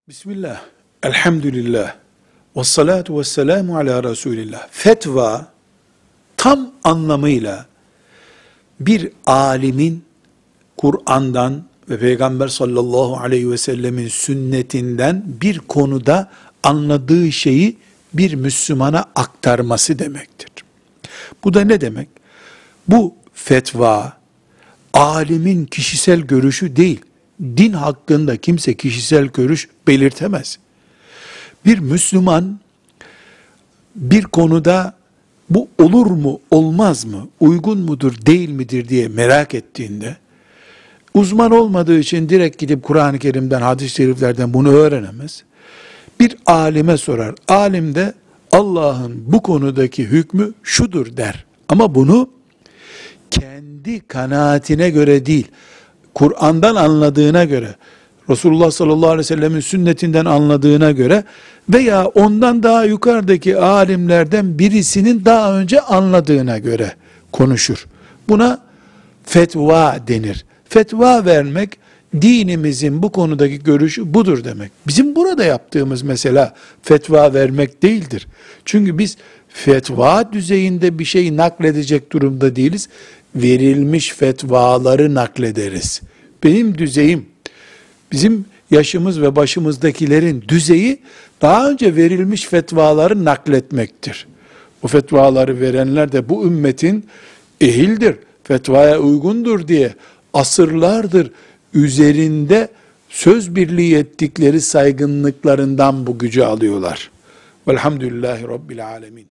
Bismillah, elhamdülillah, ve salatu ve selamu ala Resulillah. Fetva, tam anlamıyla bir alimin Kur'an'dan ve Peygamber sallallahu aleyhi ve sellemin sünnetinden bir konuda anladığı şeyi bir Müslümana aktarması demektir. Bu da ne demek? Bu fetva, alimin kişisel görüşü değil. Din hakkında kimse kişisel görüş belirtemez. Bir Müslüman bir konuda bu olur mu, olmaz mı, uygun mudur, değil midir diye merak ettiğinde, uzman olmadığı için direkt gidip Kur'an-ı Kerim'den, hadis-i şeriflerden bunu öğrenemez. Bir alime sorar. Alim de Allah'ın bu konudaki hükmü şudur der. Ama bunu kendi kanaatine göre değil, Kur'an'dan anladığına göre, Resulullah sallallahu aleyhi ve sellemin sünnetinden anladığına göre veya ondan daha yukarıdaki alimlerden birisinin daha önce anladığına göre konuşur. Buna fetva denir. Fetva vermek, dinimizin bu konudaki görüşü budur demek. Bizim burada yaptığımız mesela fetva vermek değildir. Çünkü biz fetva düzeyinde bir şey nakledecek durumda değiliz. Verilmiş fetvaları naklederiz. Benim düzeyim, bizim yaşımız ve başımızdakilerin düzeyi daha önce verilmiş fetvaları nakletmektir. O fetvaları verenler de bu ümmetin ehildir, fetvaya uygundur diye asırlardır üzerinde söz birliği ettikleri saygınlıklarından bu gücü alıyorlar. Velhamdülillahi Rabbil alemin.